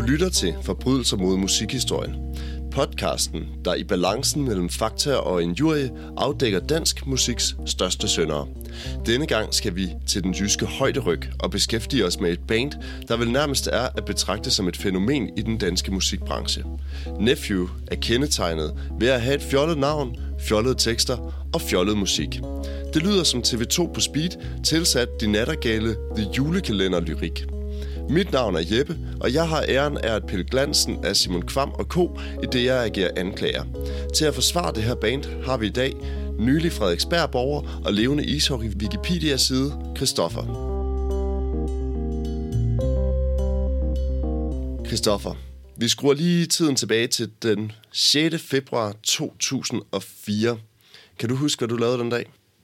lytter til Forbrydelser mod musikhistorien. Podcasten, der i balancen mellem fakta og injurie afdækker dansk musiks største syndere. Denne gang skal vi til den jyske højderyg og beskæftige os med et band, der vel nærmest er at betragte som et fænomen i den danske musikbranche. Nephew er kendetegnet ved at have et fjollet navn, fjollede tekster og fjollet musik. Det lyder som TV2 på speed, tilsat de nattergale The Julekalender-lyrik. Mit navn er Jeppe, og jeg har æren af at pille glansen af Simon Kvam og Co., i det jeg agerer anklager. Til at forsvare det her band har vi i dag nylig Frederiksberg-borger og levende ishockey Wikipedia-side, Christoffer. Christoffer, vi skruer lige tiden tilbage til den 6. februar 2004. Kan du huske, hvad du lavede den dag?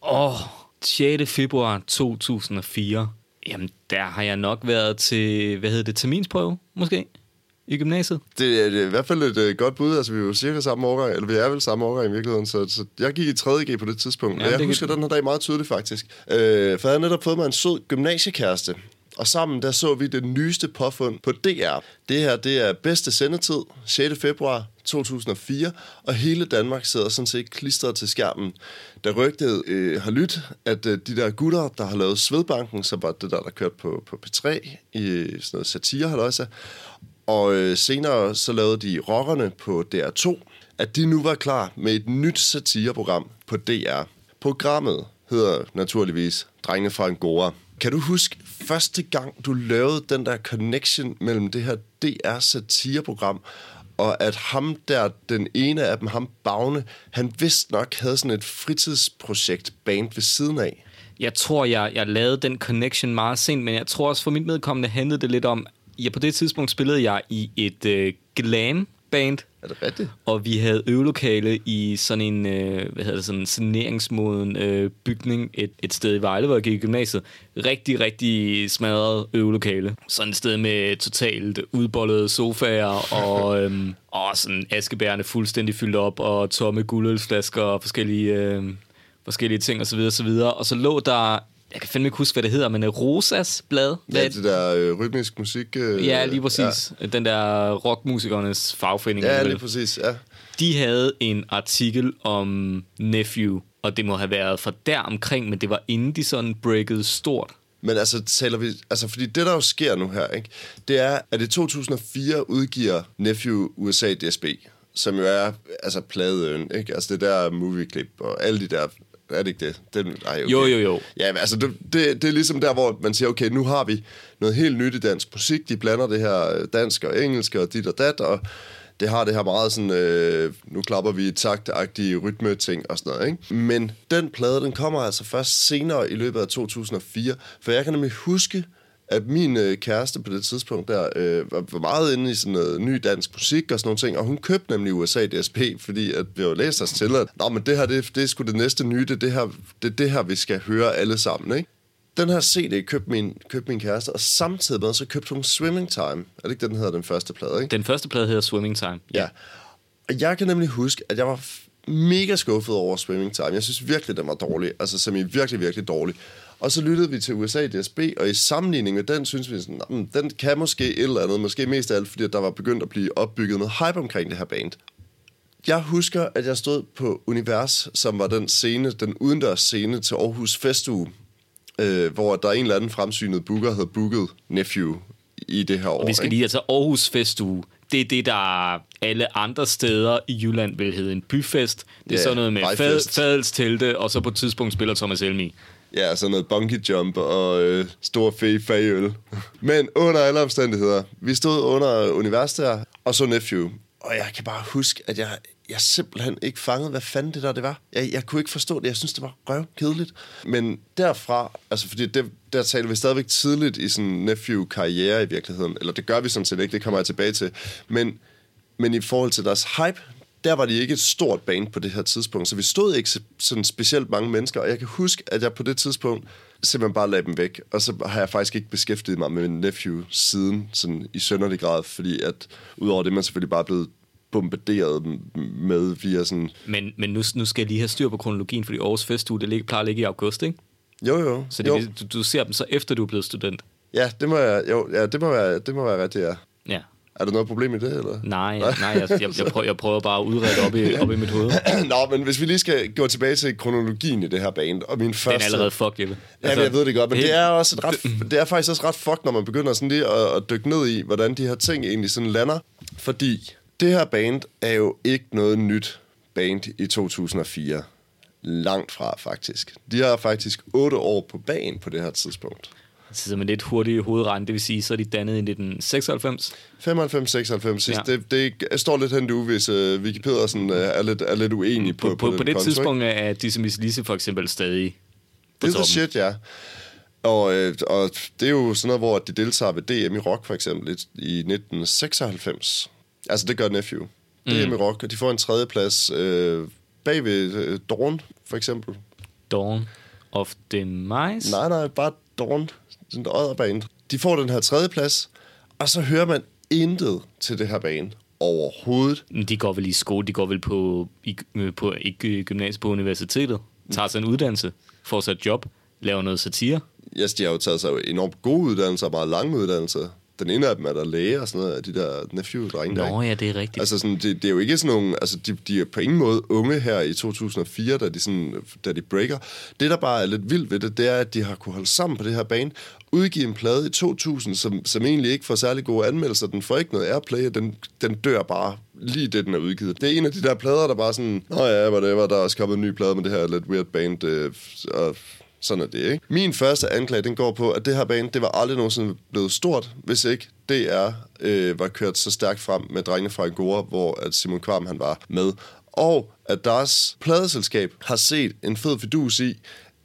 6. februar 2004. Jamen, der har jeg nok været til, terminsprøve, måske, i gymnasiet. Det er i hvert fald et godt bud. Altså, vi er jo cirka samme årgang, eller vi er vel samme årgang i virkeligheden, så jeg gik i 3.G på det tidspunkt. Ja, jeg husker den her dag meget tydeligt, faktisk. For jeg havde netop fået mig en sød gymnasiekæreste, og sammen der så vi det nyeste påfund på DR. Det her, det er bedste sendetid, 6. februar 2004, og hele Danmark sidder sådan set klistret til skærmen. Der rygtet har lyttet, at de der gutter, der har lavet Svedbanken, så var det der kørte på P3 i sådan noget satire, halløjsa. Og senere så lavede de Rockerne på DR2, at de nu var klar med et nyt satireprogram på DR. Programmet hedder naturligvis Drengene fra Angora. Kan du huske første gang, du lavede den der connection mellem det her DR-satireprogram, og at ham der, den ene af dem, ham Bagne, han vist nok havde sådan et fritidsprojekt band ved siden af? Jeg tror, jeg lavede den connection meget sent, men jeg tror også for mit medkommende handlede det lidt om, på det tidspunkt spillede jeg i et glam-band. Er det rigtigt? Og vi havde øvelokale i sådan en, sådan en saneringsmoden bygning et sted i Vejle, hvor jeg gik i gymnasiet. Rigtig, rigtig smadret øvelokale. Sådan et sted med totalt udbollede sofaer og sådan askebærene fuldstændig fyldt op og tomme guldølsflasker og forskellige ting osv. Og så lå der... Jeg kan fandme ikke huske, hvad det hedder, men Rosas blad. Ja, det der rytmisk musik. Ja, lige præcis. Ja. Den der rockmusikernes fagforening. Ja, lige præcis, ja. De havde en artikel om Nephew, og det må have været fra der omkring, men det var inden de sådan breakede stort. Men altså, taler vi... Altså, fordi det, der jo sker nu her, ikke, det er, at i 2004 udgiver Nephew USA DSB, som jo er altså pladeøen, ikke? Altså, det der movieklip og alle de der... Er det ikke det? Okay. Jo. Ja, men altså, det er ligesom der, hvor man siger, okay, nu har vi noget helt nyt i dansk musik. De blander det her dansk og engelsk og dit og dat, og det har det her meget sådan, nu klapper vi taktagtige rytme-ting og sådan noget, ikke? Men den plade, den kommer altså først senere i løbet af 2004, for jeg kan nemlig huske, at min kæreste på det tidspunkt der var meget inde i sådan noget ny dansk musik og sådan nogle ting, og hun købte nemlig USA DSP, fordi at vi jo læst os til, at men det her, det er sgu det næste nye, det er det her, vi skal høre alle sammen, ikke? Den her CD købte min kæreste, og samtidig med, så købte hun Swimming Time. Er det ikke den hedder, den første plade, ikke? Den første plade hedder Swimming Time. Ja. Og jeg kan nemlig huske, at jeg var mega skuffet over Swimming Time. Jeg synes virkelig, den var dårlig. Altså, som i virkelig, virkelig dårlig. Og så lyttede vi til USA DSB, og i sammenligning med den, synes vi sådan, den kan måske et eller andet, måske mest af alt, fordi der var begyndt at blive opbygget noget hype omkring det her band. Jeg husker, at jeg stod på Univers, som var den udendørs scene til Aarhus Festuge, hvor der en eller anden fremsynet booker havde booket Nephew i det her år. Og vi skal lige altså Aarhus Festuge. Det er det, der alle andre steder i Jylland vil hedde en byfest. Det er sådan noget med fadelstelte, og så på et tidspunkt spiller Thomas Helmig. Ja, sådan noget bungee jump og stor fagøl. Men under alle omstændigheder, vi stod under Univers der, og så Nephew. Og jeg kan bare huske, at jeg simpelthen ikke fangede, hvad fanden det var. Jeg kunne ikke forstå det. Jeg synes, det var røvkedeligt. Men derfra, altså fordi der taler vi stadigvæk tidligt i sådan Nephew-karriere i virkeligheden. Eller det gør vi sådan set ikke, det kommer jeg tilbage til. Men i forhold til deres hype, der var de ikke et stort band på det her tidspunkt, så vi stod ikke sådan specielt mange mennesker, og jeg kan huske, at jeg på det tidspunkt simpelthen bare lagde dem væk, og så har jeg faktisk ikke beskæftiget mig med Nephew siden, sådan i synderlig grad, fordi at udover det, man selvfølgelig bare blevet bombarderet med via sådan... Men nu skal jeg lige have styr på kronologien, fordi Aarhus Festuge, det plejer at ligge i august, ikke? Jo. Så du ser dem så efter, du er blevet student? Ja, det må være rigtigt, ja. Ja. Er der noget problem i det, eller? Nej, jeg prøver bare at udrede det op i mit hoved. Nå, men hvis vi lige skal gå tilbage til kronologien i det her band, og min første... Den er allerede fucked, Jeppe. Altså, jeg ved det godt, men det er også det er faktisk også ret fucked, når man begynder sådan lige at dykke ned i, hvordan de her ting egentlig sådan lander. Fordi det her band er jo ikke noget nyt band i 2004. Langt fra, faktisk. De har faktisk 8 år på bagen på det her tidspunkt. Så med lidt hurtigt hovedregn, det vil sige, så er de dannet i 1996? 95-96. Ja. Det står lidt hen du, hvis Vicky Pedersen er lidt uenig på det tidspunkt er Dizzy Mizzy Lizzy for eksempel stadig på det er shit, ja. Og det er jo sådan noget, hvor de deltager ved DM i rock, for eksempel, i 1996. Altså, det gør Nephew. DM i rock, og de får en 3. plads bag ved Dawn, for eksempel. Dawn of Demise? Nej, bare Dawn. Den other band. De får den her 3. plads, og så hører man intet til det her band overhovedet. De går vel i skole, de går vel på ikke gymnasiet, på universitetet, tager sig en uddannelse, får sig et job, laver noget satire. Ja, de har jo taget sig enormt gode uddannelser, meget lange uddannelser. Den ene af dem er der læge og sådan noget af de der Nephew-drenge. Nå ja, det er rigtigt. Altså sådan, det er jo ikke sådan nogle... Altså, de er på ingen måde unge her i 2004, da de breaker. Det, der bare er lidt vildt ved det, det er, at de har kunne holde sammen på det her band, udgive en plade i 2000, som egentlig ikke får særlig gode anmeldelser. Den får ikke noget airplay, og den dør bare lige det, den er udgivet. Det er en af de der plader, der bare sådan... Nå ja, whatever, der er også kommet en ny plade med det her lidt weird band, og... Sådan er det, ikke? Min første anklage, den går på, at det her band, det var aldrig nogensinde blevet stort, hvis ikke DR var kørt så stærkt frem med Drengene fra Angora, hvor at Simon Kvam han var med. Og at deres pladeselskab har set en fed fidus i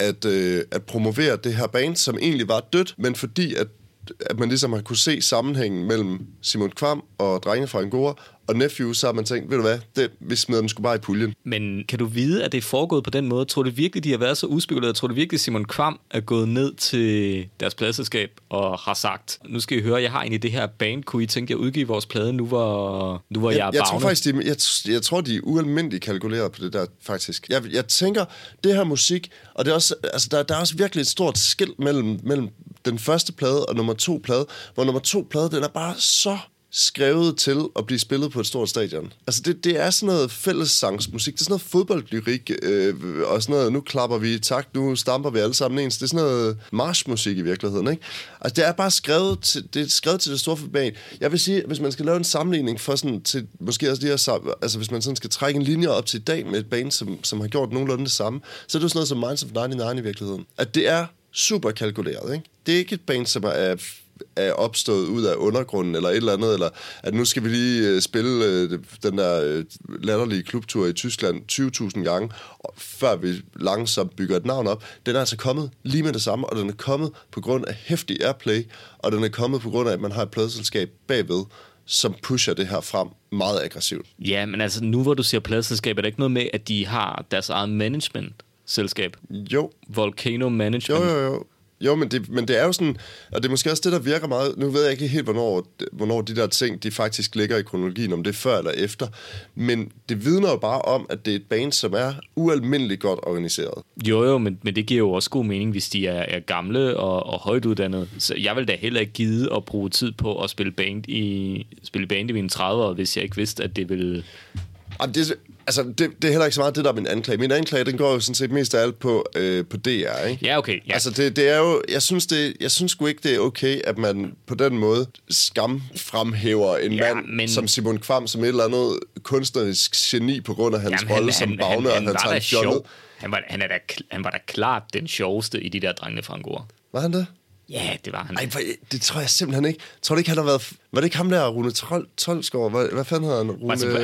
at promovere det her band, som egentlig var dødt, men fordi at man ligesom har kunne se sammenhængen mellem Simon Kvam og Drengene fra Angora og Nephew, så har man tænkt, ved du hvad, vi smider den sgu bare i puljen. Men kan du vide, at det er foregået på den måde? Tror du virkelig, de har været så uspekuleret? Tror du virkelig, Simon Kvam er gået ned til deres pladeselskab og har sagt, nu skal I høre, jeg har egentlig det her band, kunne I tænke jer at udgive vores plade, nu var jeg tror faktisk, jeg tror, de er ualmindeligt kalkuleret på det der, faktisk. Jeg tænker, det her musik, og det er også, altså, der er også virkelig et stort skilt mellem den første plade og nummer 2 plade, hvor nummer 2 plade, den er bare så skrevet til at blive spillet på et stort stadion. Altså, det er sådan noget fællessangsmusik. Det er sådan noget fodboldlyrik, og sådan noget, nu klapper vi i takt, nu stamper vi alle sammen ens. Det er sådan noget marchmusik i virkeligheden, ikke? Altså, det er bare skrevet til det store format. Jeg vil sige, hvis man skal lave en sammenligning for sådan til, måske også de her, altså hvis man sådan skal trække en linje op til i dag med et band, som har gjort nogenlunde det samme, så er det sådan noget som Minds of 99 i virkeligheden. At det er super kalkuleret, ikke? Det er ikke et band, som er opstået ud af undergrunden eller et eller andet, eller at nu skal vi lige spille den der latterlige klubtur i Tyskland 20.000 gange, før vi langsomt bygger et navn op. Den er altså kommet lige med det samme, og den er kommet på grund af heftig airplay, og den er kommet på grund af, at man har et pladeselskab bagved, som pusher det her frem meget aggressivt. Ja, men altså nu hvor du siger pladeselskab, er der ikke noget med, at de har deres eget management-selskab? Jo. Volcano Management. Jo. Jo, men det er jo sådan, og det er måske også det, der virker meget, nu ved jeg ikke helt, hvornår de der ting, de faktisk ligger i kronologien, om det er før eller efter, men det vidner jo bare om, at det er et band, som er ualmindeligt godt organiseret. Jo, men det giver jo også god mening, hvis de er gamle og højt uddannede. Så jeg vil da heller ikke gide at bruge tid på at spille band i mine 30'ere, hvis jeg ikke vidste, at det ville... Det er heller ikke så meget det, der er min anklage. Min anklage, den går jo sådan set mest af alt på DR, ikke? Ja, okay. Ja. Altså, det er jo... Jeg synes sgu ikke, det er okay, at man på den måde fremhæver en mand som Simon Kvam, som et eller andet kunstnerisk geni på grund af hans rolle som bagner, og han tager en fjollet. Han var da klart den sjoveste i de der Drengene fra Angora. Var han det? Ja, det var han. Ej, det tror jeg simpelthen ikke. Tror du ikke, han har været... Var det ikke ham der, Rune Tolsgaard? Hvad fanden hedder han?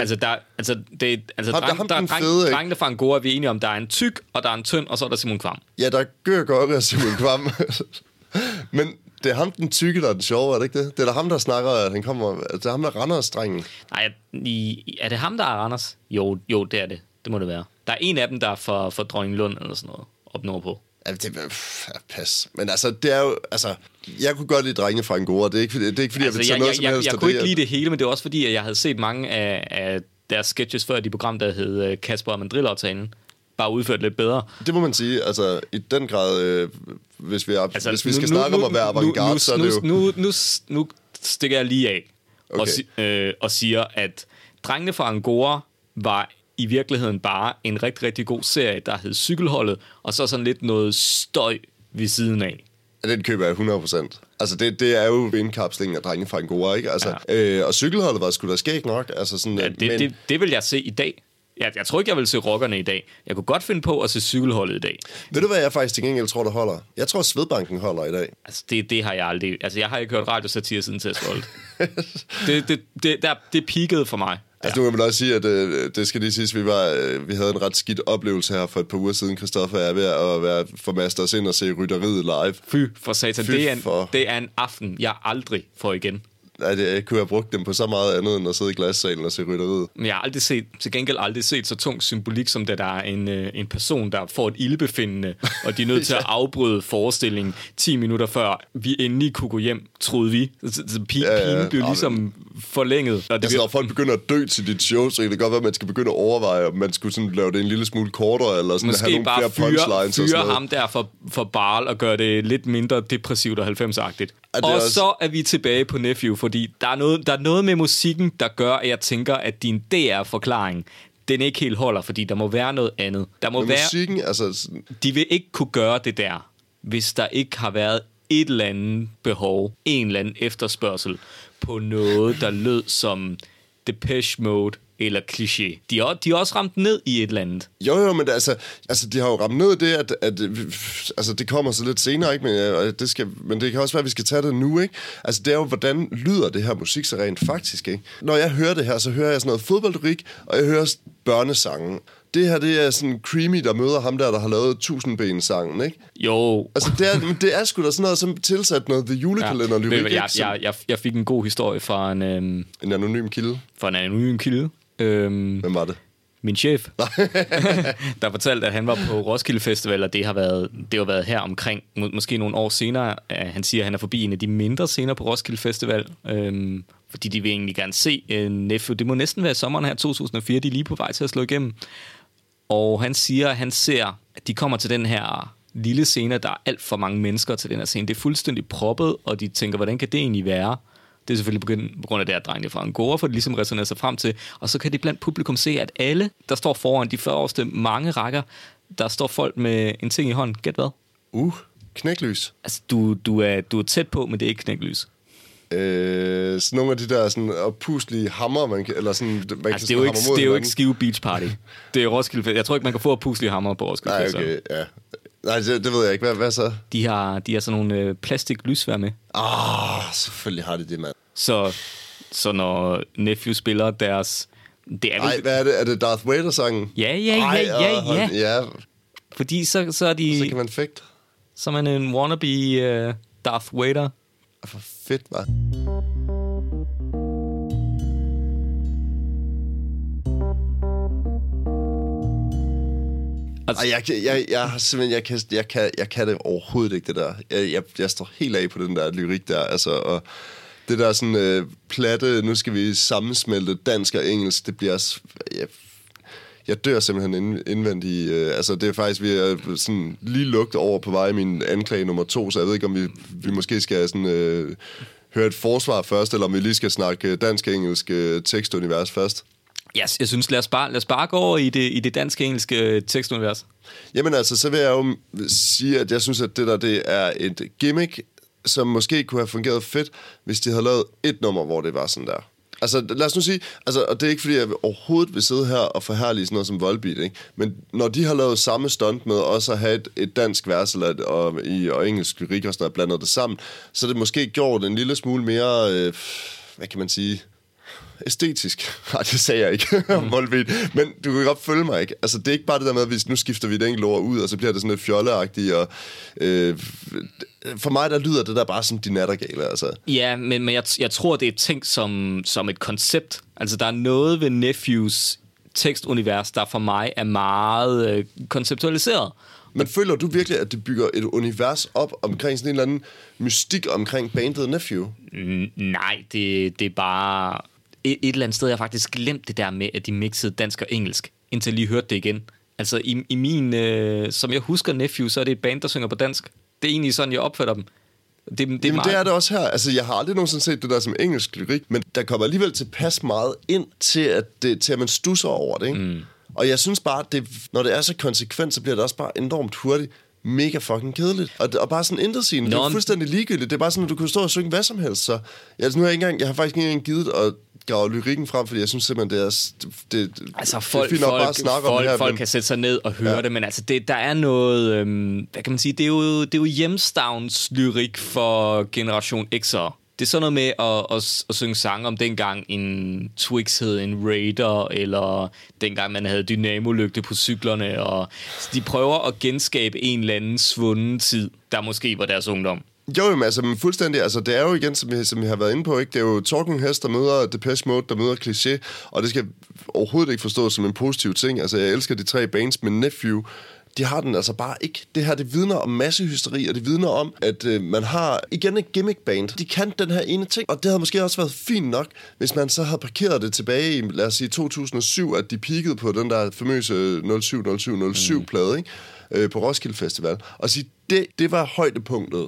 Rune... Drengene fra Angora, vi er enige om, der er en tyk, og der er en tynd, og så er der Simon Kvam. Ja, der er Gør og Simon Kvam. Men det er ham, den tykke, der er den sjove, er det ikke det? Det er da ham, der snakker, at han kommer... Det er ham, der er Randers-drengen. Nej, er det ham, der er Randers? Jo, det er det. Det må det være. Der er en af dem, der er for Dronning Lund eller sådan noget, op nordpå. Ja, pas. Men altså, det er jo... Altså, jeg kunne godt lide Drengene fra Angora. Det er ikke fordi, jeg vil tage noget som helst. Jeg kunne ikke lide det hele, men det er også fordi, at jeg havde set mange af deres sketches før, de program, der hed Kasper og Mandrill-aftalen. Bare udført lidt bedre. Det må man sige. Altså, i den grad, hvis vi skal snakke om at være avantgarde, så er det jo... Nu stikker jeg lige af. og siger, at Drengene fra Angora var i virkeligheden bare en rigtig, rigtig god serie, der hed Cykelholdet, og så sådan lidt noget støj ved siden af. Ja, den køber jeg 100%. Altså, det er jo indkapslingen af Drengene fra Angora, ikke? Altså, ja. Og Cykelholdet var sgu da skægt nok. Altså, sådan, ja, det vil jeg se i dag. Jeg tror ikke, jeg vil se rockerne i dag. Jeg kunne godt finde på at se Cykelholdet i dag. Ved du, hvad jeg faktisk til gengæld tror, der holder? Jeg tror, Svedbanken holder i dag. Altså, det har jeg aldrig... Altså, jeg har ikke hørt radiosatire siden Testholdet. det peakede for mig. Altså, nu kan man også sige, at det skal lige siges, vi havde en ret skidt oplevelse her for et par uger siden. Christoffer er ved at være formastet os ind og se Rytteriet live. Fy for satan. Det er en aften, jeg aldrig får igen. Nej, jeg kunne have brugt dem på så meget andet, end at sidde i glassalen og se Rytteriet. Men jeg har til gengæld aldrig set så tung symbolik, som det der er en person, der får et ildbefindende, og de er nødt til at afbryde forestillingen 10 minutter før vi endelig kunne gå hjem, troede vi. Så pigen blev ligesom forlænget. Og når folk begynder at dø til dit show, så kan det godt være, at man skal begynde at overveje, om man skulle sådan lave det en lille smule kortere, eller sådan måske have nogle flere punchlines. Måske bare fyre ham der for Barl og gøre det lidt mindre depressivt og 90-agtigt. Og så er vi tilbage på Nephew, fordi der er noget med musikken, der gør, at jeg tænker, at din DR-forklaring, den ikke helt holder, fordi der må være noget andet. Der må være, musikken, altså... De vil ikke kunne gøre det der, hvis der ikke har været et eller andet behov, en eller anden efterspørgsel på noget, der lød som Depeche Mode eller kliché. De har også ramt ned i et eller andet. Jo, men altså de har jo ramt ned i det, at altså, det kommer så lidt senere, ikke? Men det kan også være, at vi skal tage det nu, ikke? Altså, det er jo, hvordan lyder det her musik så rent faktisk, ikke? Når jeg hører det her, så hører jeg sådan noget fodboldryk, og jeg hører børnesangen. Det her, det er sådan Creamy, der møder ham der har lavet 1000-ben-sangen, ikke? Jo. Altså, det er sgu da sådan noget, som tilsat noget ved julekalenderlyrik, ikke? Jeg fik en god historie fra en anonym kilde. Fra en anonym kilde. Hvem var det? Min chef, der fortalte, at han var på Roskilde Festival, og det har været her omkring, måske nogle år senere. Han siger, at han er forbi en af de mindre scener på Roskilde Festival, fordi de vil egentlig gerne se Nephew. Det må næsten være sommeren her 2004, de er lige på vej til at slå igennem. Og han siger, at han ser, at de kommer til den her lille scene, der er alt for mange mennesker til den her scene. Det er fuldstændig proppet, og de tænker, hvordan kan det egentlig være? Det er selvfølgelig på grund af det her Drengene fra Angora, for det ligesom resonerer sig frem til. Og så kan de blandt publikum se, at alle, der står foran de første mange rækker, der står folk med en ting i hånden. Gæt hvad? Knæklys. Altså, du er tæt på, men det er ikke knæklys. Sådan nogle af de der sådan opuslige hammer, eller sådan... Altså, det er jo ikke Skive Beach Party. Det er Roskilde. Jeg tror ikke, man kan få opuslige hammer på Roskilde. Nej, okay, ja. Nej, det ved jeg ikke. Hvad så? De har sådan nogle plastiklysvær med. Selvfølgelig har de det, mand. Så når Nephew spiller deres... Nej, hvad er det? Er det Darth Vader-sangen? Ja. Fordi så er de... Så kan man fægte. Så er man en wannabe Darth Vader. For fedt, hva'? Altså, jeg kan det overhovedet ikke, det der. Jeg står helt af på den der lyrik der, altså, og det der sådan platte, nu skal vi sammensmelte dansk og engelsk, det bliver... Jeg dør simpelthen indvendigt. Altså, det er faktisk, vi er sådan lige lugtet over på vej i min anklage nummer 2, så jeg ved ikke, om vi måske skal sådan... høre et forsvar først, eller om vi lige skal snakke dansk-engelsk tekstunivers først. Yes, jeg synes, lad os bare gå over i det dansk-engelske tekstunivers. Jamen altså, så vil jeg jo sige, at jeg synes, at det er et gimmick, som måske kunne have fungeret fedt, hvis de havde lavet et nummer, hvor det var sådan der. Altså, lad os nu sige, altså, og det er ikke, fordi jeg overhovedet vil sidde her og forherlige sådan noget som Volbeat, ikke? Men når de har lavet samme stunt med også at have et dansk vers og engelsk lyrik og sådan noget, blandet det sammen, så er det måske gjort en lille smule mere, hvad kan man sige, æstetisk. Nej, det sagde jeg ikke om Volbeat. Men du kan godt følge mig, ikke? Altså, det er ikke bare det der med, at nu skifter vi et enkelt ord ud, og så bliver det sådan lidt fjolleagtigt, og for mig, der lyder det der bare som de nattergale, altså. Ja, men jeg tror, det er tænkt som et koncept. Altså, der er noget ved Nephews tekstunivers, der for mig er meget konceptualiseret. Men føler du virkelig, at det bygger et univers op omkring sådan en eller anden mystik omkring bandet Nephew? Nej, det er bare... Et eller andet sted, jeg har faktisk glemt det der med, at de mixede dansk og engelsk, indtil jeg lige hørte det igen. Altså, i min... som jeg husker Nephew, så er det et band, der synger på dansk. Det er egentlig sådan, jeg opfatter dem. Det er det også her. Altså, jeg har aldrig nogensinde set det der som engelsk lyrik, men der kommer alligevel tilpas meget ind til, at man stusser over det, ikke? Og jeg synes bare, når det er så konsekvent, så bliver det også bare enormt hurtigt mega fucking kedeligt. Og bare sådan intetsigende. Det er fuldstændig ligegyldigt. Det er bare sådan, at du kan stå og synge hvad som helst. Så jeg har faktisk ikke engang givet at grave lyrikken frem, fordi jeg synes simpelthen, det er fint nok bare at snakke om det her. Folk kan sætte sig ned og høre det, men altså, der er noget, hvad kan man sige, det er jo hjemstavns lyrik for Generation X'er. Det er sådan noget med at synge sange om dengang en Twix hed en Raider, eller dengang man havde dynamolygte på cyklerne, og de prøver at genskabe en eller anden svunden tid, der måske var deres ungdom. Jo, men altså fuldstændig, altså det er jo igen, som vi har været inde på, ikke? Det er jo Talking Heads, der møder Depeche Mode, der møder Cliché, og det skal overhovedet ikke forstås som en positiv ting. Altså jeg elsker de 3 bands, men Nephew, de har den altså bare ikke. Det her, det vidner om massehysteri, og det vidner om, at man har igen et gimmick-band. De kan den her ene ting, og det havde måske også været fint nok, hvis man så havde parkeret det tilbage i, lad os sige, 2007, at de peakede på den der famøse 07-07-07-plade, ikke? På Roskilde Festival. Og sige, det var højdepunktet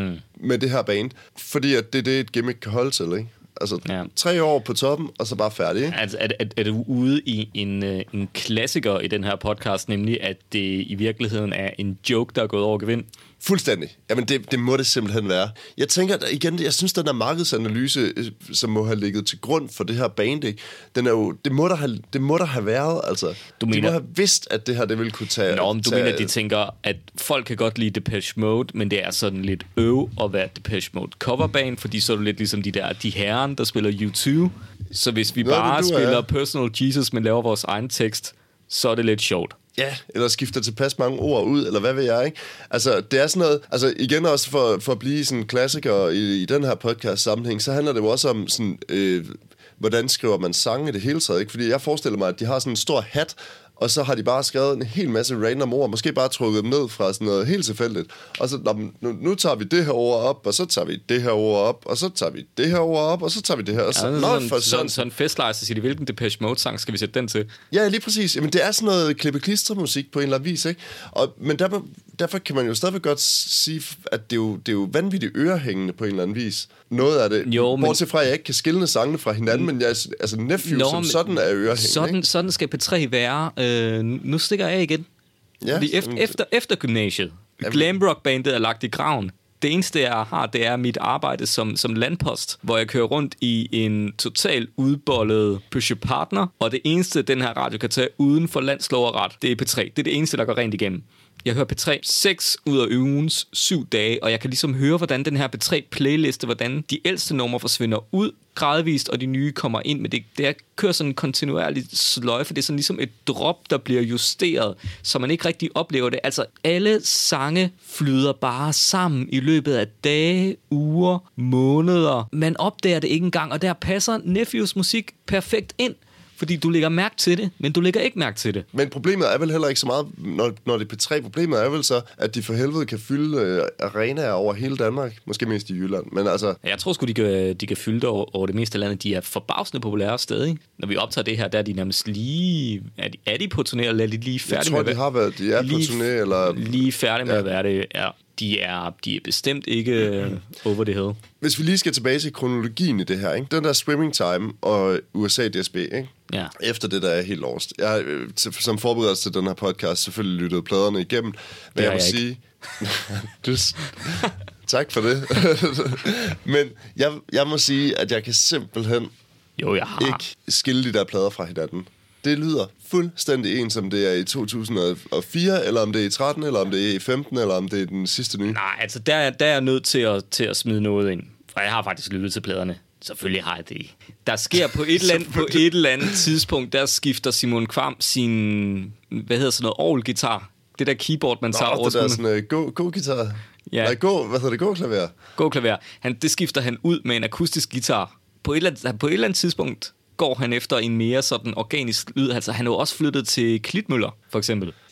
med det her band, fordi at det et gimmick kan holde til, ikke? Altså 3 år på toppen, og så bare færdig, ikke? Altså, er du ude i en klassiker i den her podcast, nemlig at det i virkeligheden er en joke, der er gået over gevind? Fuldstændig. Jamen, det må det simpelthen være. Jeg tænker, igen, jeg synes, den der markedsanalyse, som må have ligget til grund for det her band, ikke? Den er jo, det må der have været, altså. De må have vidst, at det her, det ville kunne tage... Nå, men du mener, at de tænker, at folk kan godt lide Depeche Mode, men det er sådan lidt at være Depeche Mode coverband, fordi så er du lidt ligesom de herren, der spiller U2. Så hvis vi bare spiller Personal Jesus, men laver vores egen tekst, så er det lidt sjovt. Ja, eller skifter tilpas mange ord ud, eller hvad ved jeg, ikke? Altså, det er sådan noget... Altså, igen også for at blive sådan en klassiker i den her podcast-sammenhæng, så handler det jo også om sådan... hvordan skriver man sange i det hele taget, ikke? Fordi jeg forestiller mig, at de har sådan en stor hat, og så har de bare skrevet en hel masse random ord, måske bare trukket dem ned fra sådan noget helt tilfældigt. Og så, nu tager vi det her ord op, og så tager vi det her ord op, og så tager vi det her ord op, og så tager vi det her. Og så, sådan en festlejr, så siger de, hvilken Depeche Mode-sang skal vi sætte den til? Ja, lige præcis. Jamen, det er sådan noget klippe-klistre-musik på en eller anden vis, ikke? Men derfor kan man jo stadigvæk godt sige, at det er jo vanvittigt ørehængende på en eller anden vis. Noget af det, bortset fra, at jeg ikke kan skille sangene fra hinanden, men Nephew som sådan er ørehængende. Sådan skal P3 være. Nu stikker jeg af igen. Ja, fordi efter gymnasiet, glam rock bandet er lagt i graven. Det eneste, jeg har, det er mit arbejde som landpost, hvor jeg kører rundt i en total udbollet Peugeot Partner, og det eneste, den her radio kan tage uden for landslov og ret, det er P3. Det er det eneste, der går rent igennem. Jeg hører P3 6 ud af ugens 7 dage, og jeg kan ligesom høre, hvordan den her P3-playliste, hvordan de ældste numre forsvinder ud gradvist, og de nye kommer ind. Men det kører sådan en kontinuerlig sløjfe. Det er sådan ligesom et drop, der bliver justeret, så man ikke rigtig oplever det. Altså, alle sange flyder bare sammen i løbet af dage, uger, måneder. Man opdager det ikke engang, og der passer Nephews musik perfekt ind. Fordi du lægger mærke til det, men du lægger ikke mærke til det. Men problemet er vel heller ikke så meget, når det er P3. Problemet er vel så, at de for helvede kan fylde arenaer over hele Danmark. Måske mest i Jylland, men altså... Jeg tror sgu, de kan fylde det over det meste af landet. De er forbavsende populære stadig. Når vi optager det her, der er de nærmest lige... Er de på turné, eller er de lige færdige med at være... de er på turné, eller... Lige færdige med at være det, ja. De er bestemt ikke over the hill. Hvis vi lige skal tilbage til kronologien i det her, ikke? Den der Swimming Time og USA DSB, ikke? Ja. Efter det, der er helt lost. Jeg som forberedelse til den her podcast selvfølgelig lyttede pladerne igennem, men jeg må sige... Tak for det. Men jeg må sige, at jeg kan simpelthen ikke skille de der plader fra hinanden. Det lyder fuldstændig ens, om det er i 2004, eller om det er i 13, eller om det er i 15, eller om det er den sidste nye. Nej, altså der er jeg nødt til at smide noget ind. For jeg har faktisk lyttet til pladerne. Selvfølgelig har jeg det. Der sker på et eller andet tidspunkt, der skifter Simon Kvam sin, orgelgitar. Det der keyboard, man tager over. Det der sådan go-gitar. Ja. Nej, go-klaver. Go-klaver. Det skifter han ud med en akustisk guitar. På et eller andet tidspunkt går han efter en mere sådan organisk lyd. Altså, han er jo også flyttet til Klitmøller, for eksempel.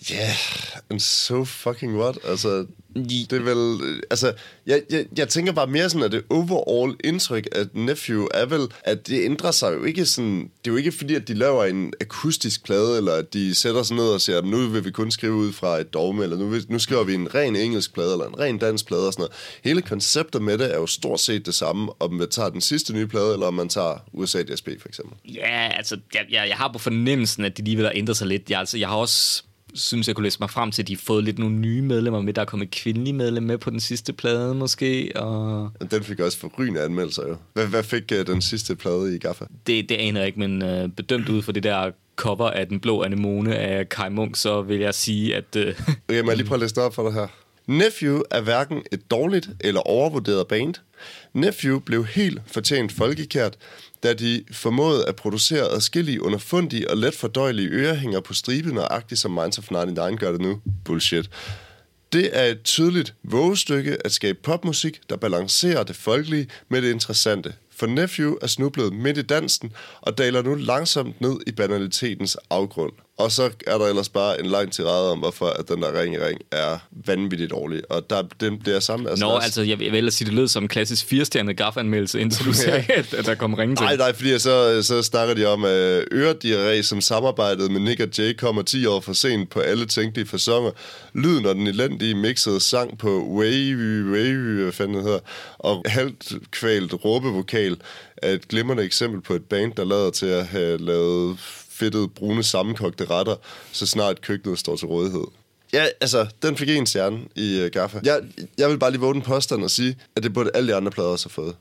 Yeah, and so fucking what? Altså, det er vel... Altså, jeg tænker bare mere sådan, at det overall indtryk af Nephew er vel, at det ændrer sig jo ikke sådan... Det er jo ikke fordi, at de laver en akustisk plade, eller at de sætter sig ned og siger, at nu vil vi kun skrive ud fra et dogme, eller nu skriver vi en ren engelsk plade, eller en ren dansk plade og sådan noget. Hele konceptet med det er jo stort set det samme, om man tager den sidste nye plade, eller om man tager USA DSB for eksempel. Ja, altså, jeg har på fornemmelsen, at de lige vil have ændret sig lidt. Jeg har også... synes, jeg kunne læse mig frem til, at de har fået lidt nogle nye medlemmer med. Der er kommet kvindelige medlemmer med på den sidste plade, måske. Og... Den fik også forrygende anmeldelser, jo. Hvad fik den sidste plade i Gaffa? Det aner jeg ikke, men bedømt ud for det der cover af Den Blå Anemone af Kai Munk, så vil jeg sige, at... Okay, må jeg lige prøve at læse det op for dig her. Nephew er hverken et dårligt eller overvurderet band. Nephew blev helt fortjent folkekært, da de formåede at producere adskillige underfundige og let fordøjelige ørehænger på stribe, nøjagtigt som Minds of 99 gør det nu. Bullshit. Det er et tydeligt vågestykke at skabe popmusik, der balancerer det folkelige med det interessante. For Nephew er snublet midt i dansen og daler nu langsomt ned i banalitetens afgrund. Og så er der ellers bare en lang tirade om, hvorfor at den der ring i ring er vanvittigt dårlig. Og den bliver sammen... Altså, jeg vil ellers sige, det lød som en klassisk 4-stjernet Gaffa-anmeldelse, indtil du siger, at der kom ringe til. Nej, fordi så snakker de om Ørediarré, som samarbejdede med Nick og Jay, kommer 10 år for sent på alle tænkelige faconer. Lyden og den elendige mixede sang på Wavy, hvad fanden det hedder, og halvt kvalt råbevokal er et glimrende eksempel på et band, der lader til at have lavet fedtede, brune, sammenkogte retter, så snart køkkenet står til rådighed. Ja, altså, den fik en stjerne i Gaffa. Jeg vil bare lige våge den påstand og sige, at det burde alle de andre plader også have fået.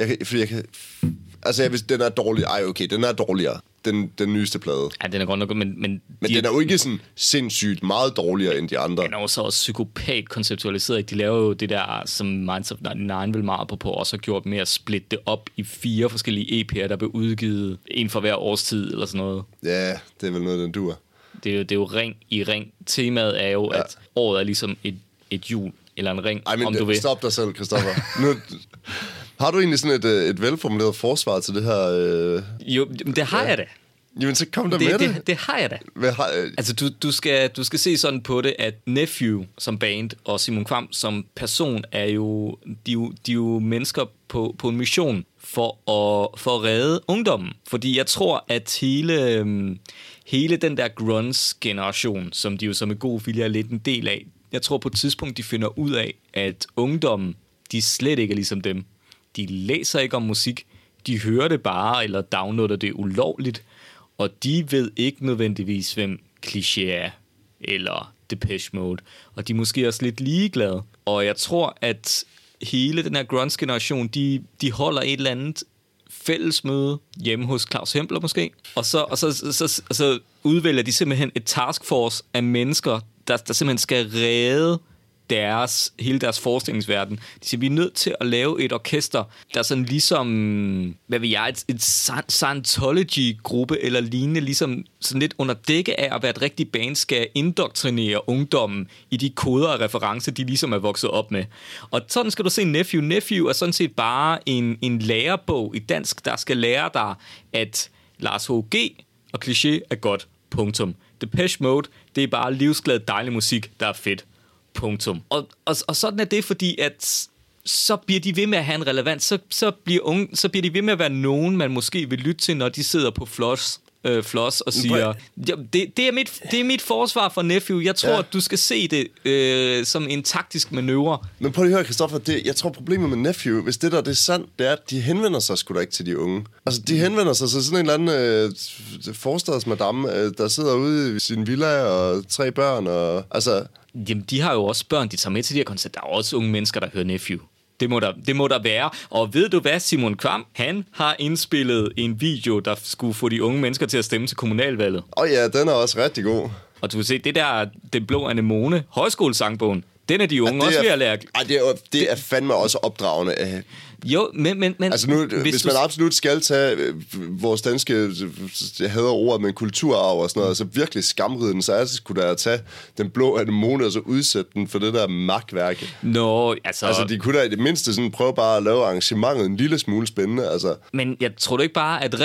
Den er dårlig. Ej, okay, den er dårligere. Den nyeste plade. Ja, den er godt nok, men den er jo ikke sådan sindssygt meget dårligere end de andre. Den er også psykopat konceptualiseret. De laver jo det der, som Minds of 99 vil meget på også har gjort med at splitte det op i 4 forskellige EP'er, der blev udgivet en for hver årstid eller sådan noget. Ja, det er vel noget, den duer. Det er jo ring i ring. Temaet er jo, at året er ligesom et hjul eller en ring, om du vil. Stop dig selv, Christoffer. Nu... Har du egentlig sådan et velformuleret forsvar til det her? Jo, det har jeg da. Jamen, så kom der med det. Det har jeg da. Altså, du skal se sådan på det, at Nephew som band og Simon Kvam som person er jo... De er jo mennesker på en mission for at redde ungdommen. Fordi jeg tror, at hele den der grunge-generation, som de jo som en god vilje er lidt en del af, jeg tror på et tidspunkt, de finder ud af, at ungdommen, de slet ikke er ligesom dem. De læser ikke om musik, de hører det bare, eller downloader det ulovligt, og de ved ikke nødvendigvis, hvem Cliché er, eller Depeche Mode, og de er måske også lidt ligeglade. Og jeg tror, at hele den her grunge-generation, de holder et eller andet fællesmøde hjemme hos Claus Hempler måske, og så udvælger de simpelthen et taskforce af mennesker, der simpelthen skal redde hele deres forestillingsverden. De siger, vi er nødt til at lave et orkester, der sådan ligesom, hvad ved jeg, et Scientology-gruppe eller lignende, ligesom sådan lidt under dække af at være et rigtigt band, skal indoktrinere ungdommen i de koder og referencer, de ligesom er vokset op med. Og sådan skal du se Nephew. Nephew er sådan set bare en lærebog i dansk, der skal lære dig, at Lars H.G. og Cliché er godt. Punktum. Depeche Mode, det er bare livsglad, dejlig musik, der er fedt. Punktum. Og sådan er det, fordi at så bliver de ved med at have en relevans, så bliver de ved med at være nogen, man måske vil lytte til, når de sidder på floss og siger, det er mit forsvar for Nephew. Jeg tror, at du skal se det som en taktisk manøvre. Men prøv lige at høre, Christoffer, jeg tror problemet med Nephew, hvis det er sandt, det er, at de henvender sig sgu da ikke til de unge. Altså, de henvender sig til sådan en eller anden forstadsmadame, der sidder ude i sin villa og 3 børn, og altså... Jamen, de har jo også børn, de tager med til de her koncerter. Der er også unge mennesker, der hører Nephew. Det må der være. Og ved du hvad, Simon Kvam? Han har indspillet en video, der skulle få de unge mennesker til at stemme til kommunalvalget. Ja, den er også rigtig god. Og du kan se, det der Den Blå Anemone, højskolesangbogen, den er de unge også ved at lære. Det er fandme også opdragende. Jo, men altså nu, hvis man absolut skal tage vores danske, jeg hader ordet, men kulturarv og sådan noget, altså virkelig skamriden, så er det sgu da at tage Den Blå Anemone og så udsætte den for det der magtværk. Altså, de kunne da i det mindste sådan prøve bare at lave arrangementet en lille smule spændende. Altså. Men jeg tror ikke bare, at Ring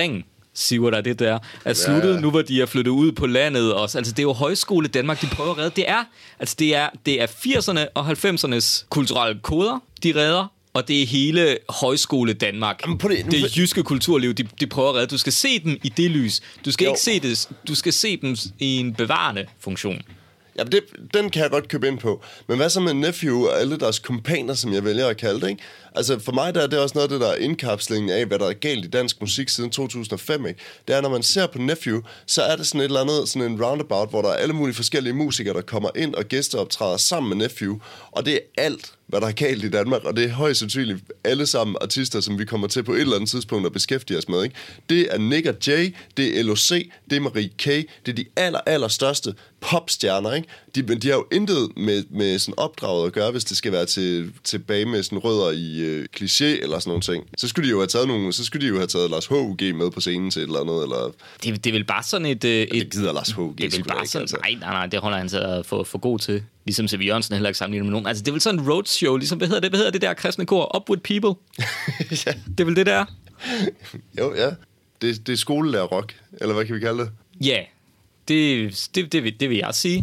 siver der det der, er sluttet, nu hvor de er flyttet ud på landet også. Altså, det er jo højskole Danmark, de prøver at redde. Det er 80'erne og 90'ernes kulturelle koder, de redder, og det er hele højskole Danmark. Det er jyske kulturliv, de prøver at redde. Du skal se dem i det lys. Du skal ikke se det, du skal se dem i en bevarende funktion. Ja, den kan jeg godt købe ind på. Men hvad så med Nephew og alle deres kompaner, som jeg vælger at kalde det, ikke? Altså for mig der er det også noget af det der indkapslingen af, hvad der er galt i dansk musik siden 2005, ikke? Det er, når man ser på Nephew, så er det sådan et eller andet, sådan en roundabout, hvor der er alle mulige forskellige musikere, der kommer ind og gæsteoptræder sammen med Nephew. Og det er alt, hvad der er galt i Danmark, og det er højst sandsynligt alle sammen artister, som vi kommer til på et eller andet tidspunkt at beskæftige os med, ikke? Det er Nick og Jay, det er LOC, det er Marie K, det er de allerstørste popstjerner, ikke? De har jo intet med sådan opdraget at gøre, hvis det skal være tilbage med sådan rødder i kliché eller sådan nogle ting. Så skulle de jo have taget Lars H.U.G. med på scenen til et eller andet, eller... Det er vel bare sådan et... Det gider Lars H.U.G. Det er vel bare sådan... Altså. Nej, det holder han sig for god til. Ligesom C.V. Jørgensen heller ikke sammenlignet med nogen. Altså, det er vel sådan en roadshow, ligesom, hvad hedder det der kristne kor? Up with people. Ja. Det er vel det der? Jo, ja. Det er skolelærer rock, eller hvad kan vi kalde det? Ja, det vil jeg sige.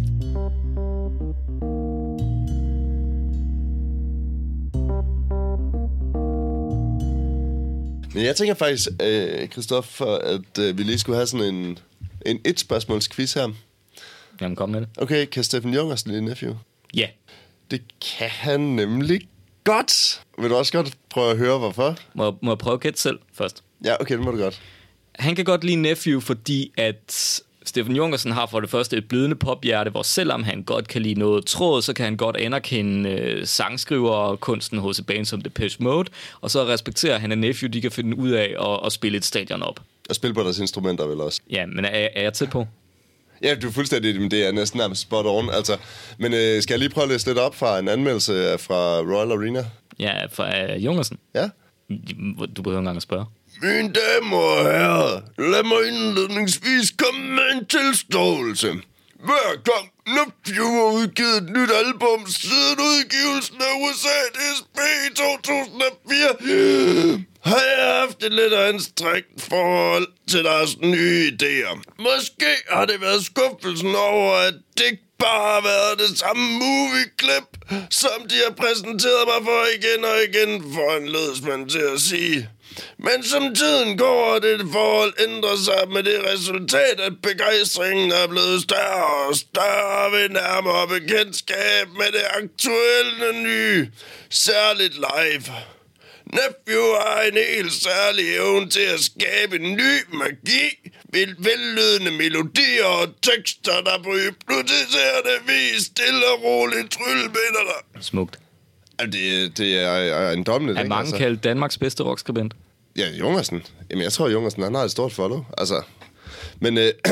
Men jeg tænker faktisk, Christoffer, at vi lige skulle have sådan en et-spørgsmåls-quiz her. Jamen, kom med det. Okay, kan Steffen Jungersen lide Nephew? Ja. Det kan han nemlig godt. Vil du også godt prøve at høre, hvorfor? Må jeg prøve at gætte selv først? Ja, okay, det må du godt. Han kan godt lide Nephew, fordi at Steffen Jungersen har for det første et blødende pophjerte, hvor selvom han godt kan lide noget tråd, så kan han godt anerkende sangskriverkunsten hos et band som Depeche Mode, og så respekterer han, at Nephew de kan finde ud af at spille et stadion op. Og spille på deres instrumenter vel også. Ja, men er jeg tæt på? Ja, du er fuldstændig, men det er næsten nærmest spot on. Altså, men skal jeg lige prøve at læse lidt op fra en anmeldelse fra Royal Arena? Ja, fra Jungersen? Ja. Du behøver ikke engang at spørge. Mine damer og herrer, lad mig indledningsvis komme med en tilståelse. Hver gang Nephew har udgivet et nyt album siden udgivelsen af USA DSP i 2004, har jeg haft et lidt anstrengt forhold til deres nye idéer. Måske har det været skuffelsen over, at det ikke bare har været det samme movie-klip, som de har præsenteret mig for igen og igen, for en ledsmand til at sige. Men som tiden går, og det forhold ændrer sig med det resultat, at begejstringen er blevet større og større ved nærmere bekendtskab med det aktuelle nye, særligt live. Nephew har en helt særlig evne til at skabe en ny magi, vellydende melodier og tekster, der på hypnotiserende vis stille og roligt tryllebinder dig. Smukt. Det er en dommeligt. Er mange kaldt Danmarks bedste rockskribent? Ja, Jungersen. Jamen, jeg tror, Jungersen, han har et stort follow. Altså, men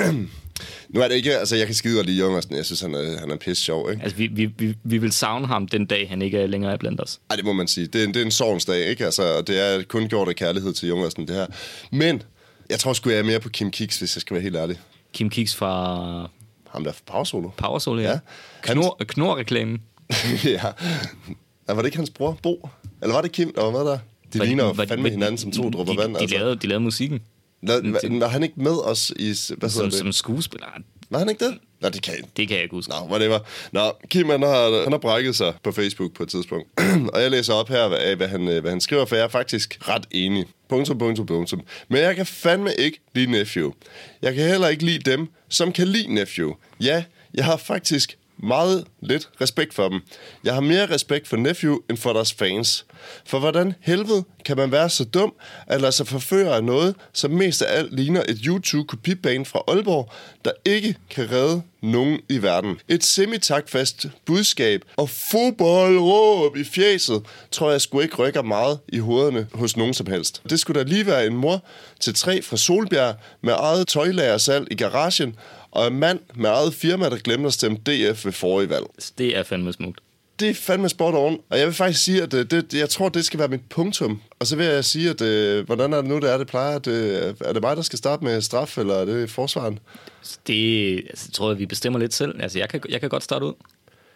nu er det ikke... Altså, jeg kan skide godt lide Jungersen. Jeg synes, han er pisse sjov, ikke? Altså, vi vil savne ham den dag, han ikke er længere blandt os. Ej, det må man sige. Det er en sorgens ikke? Altså, det er kun gjort af kærlighed til Jungersen, det her. Men jeg tror sgu, jeg er mere på Kim Kiks, hvis jeg skal være helt ærlig. Kim Kiks fra... Ham der fra Power Solo. Power Solo, ja. Knor-reklamen. Ja. Var det ikke hans bror, Bo? Eller var det Kim, der var med der? De ligner jo fandme hinanden som to dråber vand. De lavede musikken. Var han ikke med os i... Som skuespiller? Var han ikke det? Nå, det kan jeg ikke huske. Nå, whatever. Nå, Kim, han har brækket sig på Facebook på et tidspunkt. Og jeg læser op her af, hvad han skriver, for jeg er faktisk ret enig. Punktum. Men jeg kan fandme ikke lide Nephew. Jeg kan heller ikke lide dem, som kan lide Nephew. Ja, jeg har faktisk meget lidt respekt for dem. Jeg har mere respekt for Nephew end for deres fans. For hvordan helvede kan man være så dum at lade sig forføre af noget, som mest af alt ligner et YouTube-kopibane fra Aalborg, der ikke kan redde nogen i verden. Et semitaktfast budskab og fodboldråb i fjeset, tror jeg sgu ikke rykker meget i hovederne hos nogen som helst. Det skulle da lige være en mor til 3 fra Solbjerg med eget tøjlagersalg i garagen, og en mand med eget firma, der glemte at stemme DF ved forrige valg. Det er fandme smukt. Det er fandme spot on. Og jeg vil faktisk sige, at jeg tror, det skal være mit punktum. Og så vil jeg sige, at hvordan er det nu, det plejer? Er det mig, der skal starte med straf, eller er det forsvaren? Det tror jeg, vi bestemmer lidt selv. Altså, jeg kan godt starte ud.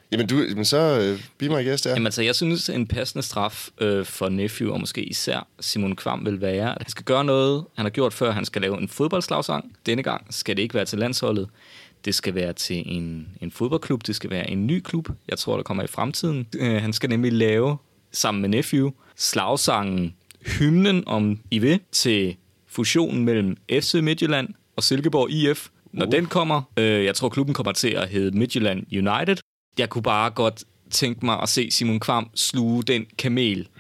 Jamen så be my guest, ja. Jamen altså, jeg synes, en passende straf for Nephew, og måske især Simon Kvamm, vil være, at han skal gøre noget, han har gjort før. Han skal lave en fodboldslagsang. Denne gang skal det ikke være til landsholdet. Det skal være til en fodboldklub. Det skal være en ny klub. Jeg tror, der kommer i fremtiden. Han skal nemlig lave, sammen med Nephew, slagsangen Hymnen om I vil til fusionen mellem FC Midtjylland og Silkeborg IF. Når den kommer, jeg tror, klubben kommer til at hedde Midtjylland United. Jeg kunne bare godt tænke mig at se Simon Kvamm sluge den kamel.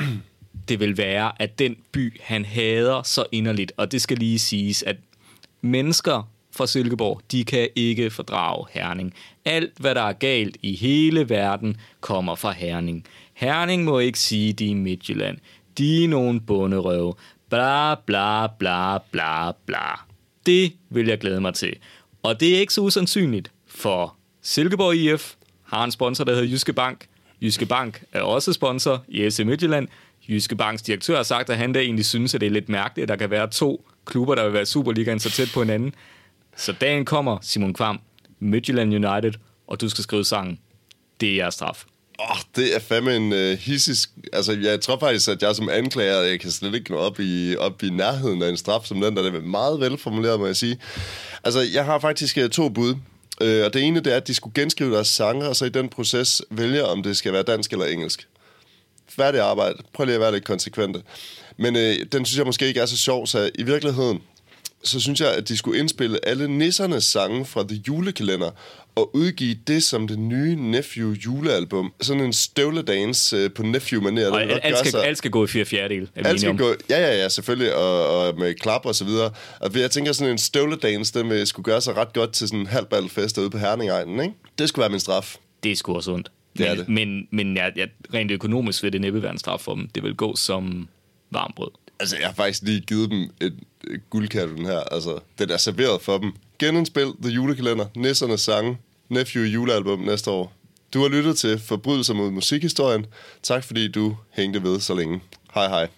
Det vil være, at den by, han hader så inderligt, og det skal lige siges, at mennesker fra Silkeborg, de kan ikke fordrage Herning. Alt, hvad der er galt i hele verden, kommer fra Herning. Herning må ikke sige, de er Midtjylland. De er nogle bonderøve. Bla, bla, bla, bla, bla. Det vil jeg glæde mig til. Og det er ikke så usandsynligt, for Silkeborg IF har en sponsor, der hedder Jyske Bank. Jyske Bank er også sponsor i FC Midtjylland. Jyske Banks direktør har sagt, at han da egentlig synes, at det er lidt mærkeligt, at der kan være 2 klubber, der vil være Superligaen så tæt på hinanden. Så dagen kommer, Simon Kvamm, Midtjylland United, og du skal skrive sangen. Det er jeres straf. Det er fandme en hissisk... Altså, jeg tror faktisk, at jeg som anklager, jeg kan slet ikke nå op i nærheden af en straf som den, der er meget velformuleret, må jeg sige. Altså, jeg har faktisk 2 bud. Og det ene, det er, at de skulle genskrive deres sange, og så i den proces vælge, om det skal være dansk eller engelsk. Færdig arbejde. Prøv lige at være lidt konsekvente. Men den synes jeg måske ikke er så sjov, så i virkeligheden, så synes jeg, at de skulle indspille alle nissernes sange fra The Julekalender og udgive det som det nye Nephew julealbum. Sådan en støvledance på Nephew-manér. Og alt skal gå i 4/4. Alt skal gå, ja, selvfølgelig, og med klap og så videre. Og jeg tænker, sådan en støvledance, den vil skulle gøre sig ret godt til sådan en halvbalfest ude på Herningegnen, ikke? Det skulle være min straf. Det er sgu også ondt. Det Men rent økonomisk vil det næppe være en straf for dem. Det vil gå som varmbrød. Altså, jeg har faktisk lige givet dem et guldkalven her. Altså, den er serveret for dem. Genindspil The Julekalender, nissernes sange, Nephew julealbum næste år. Du har lyttet til Forbrydelser mod musikhistorien. Tak fordi du hængte ved så længe. Hej hej.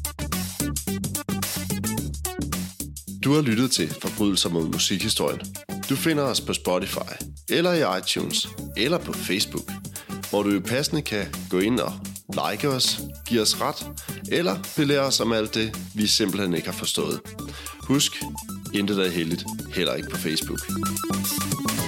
Du har lyttet til Forbrydelser mod musikhistorien. Du finder os på Spotify, eller i iTunes, eller på Facebook, hvor du passende kan gå ind og like os, give os ret, eller belære os om alt det, vi simpelthen ikke har forstået. Husk, intet er heldigt, heller ikke på Facebook.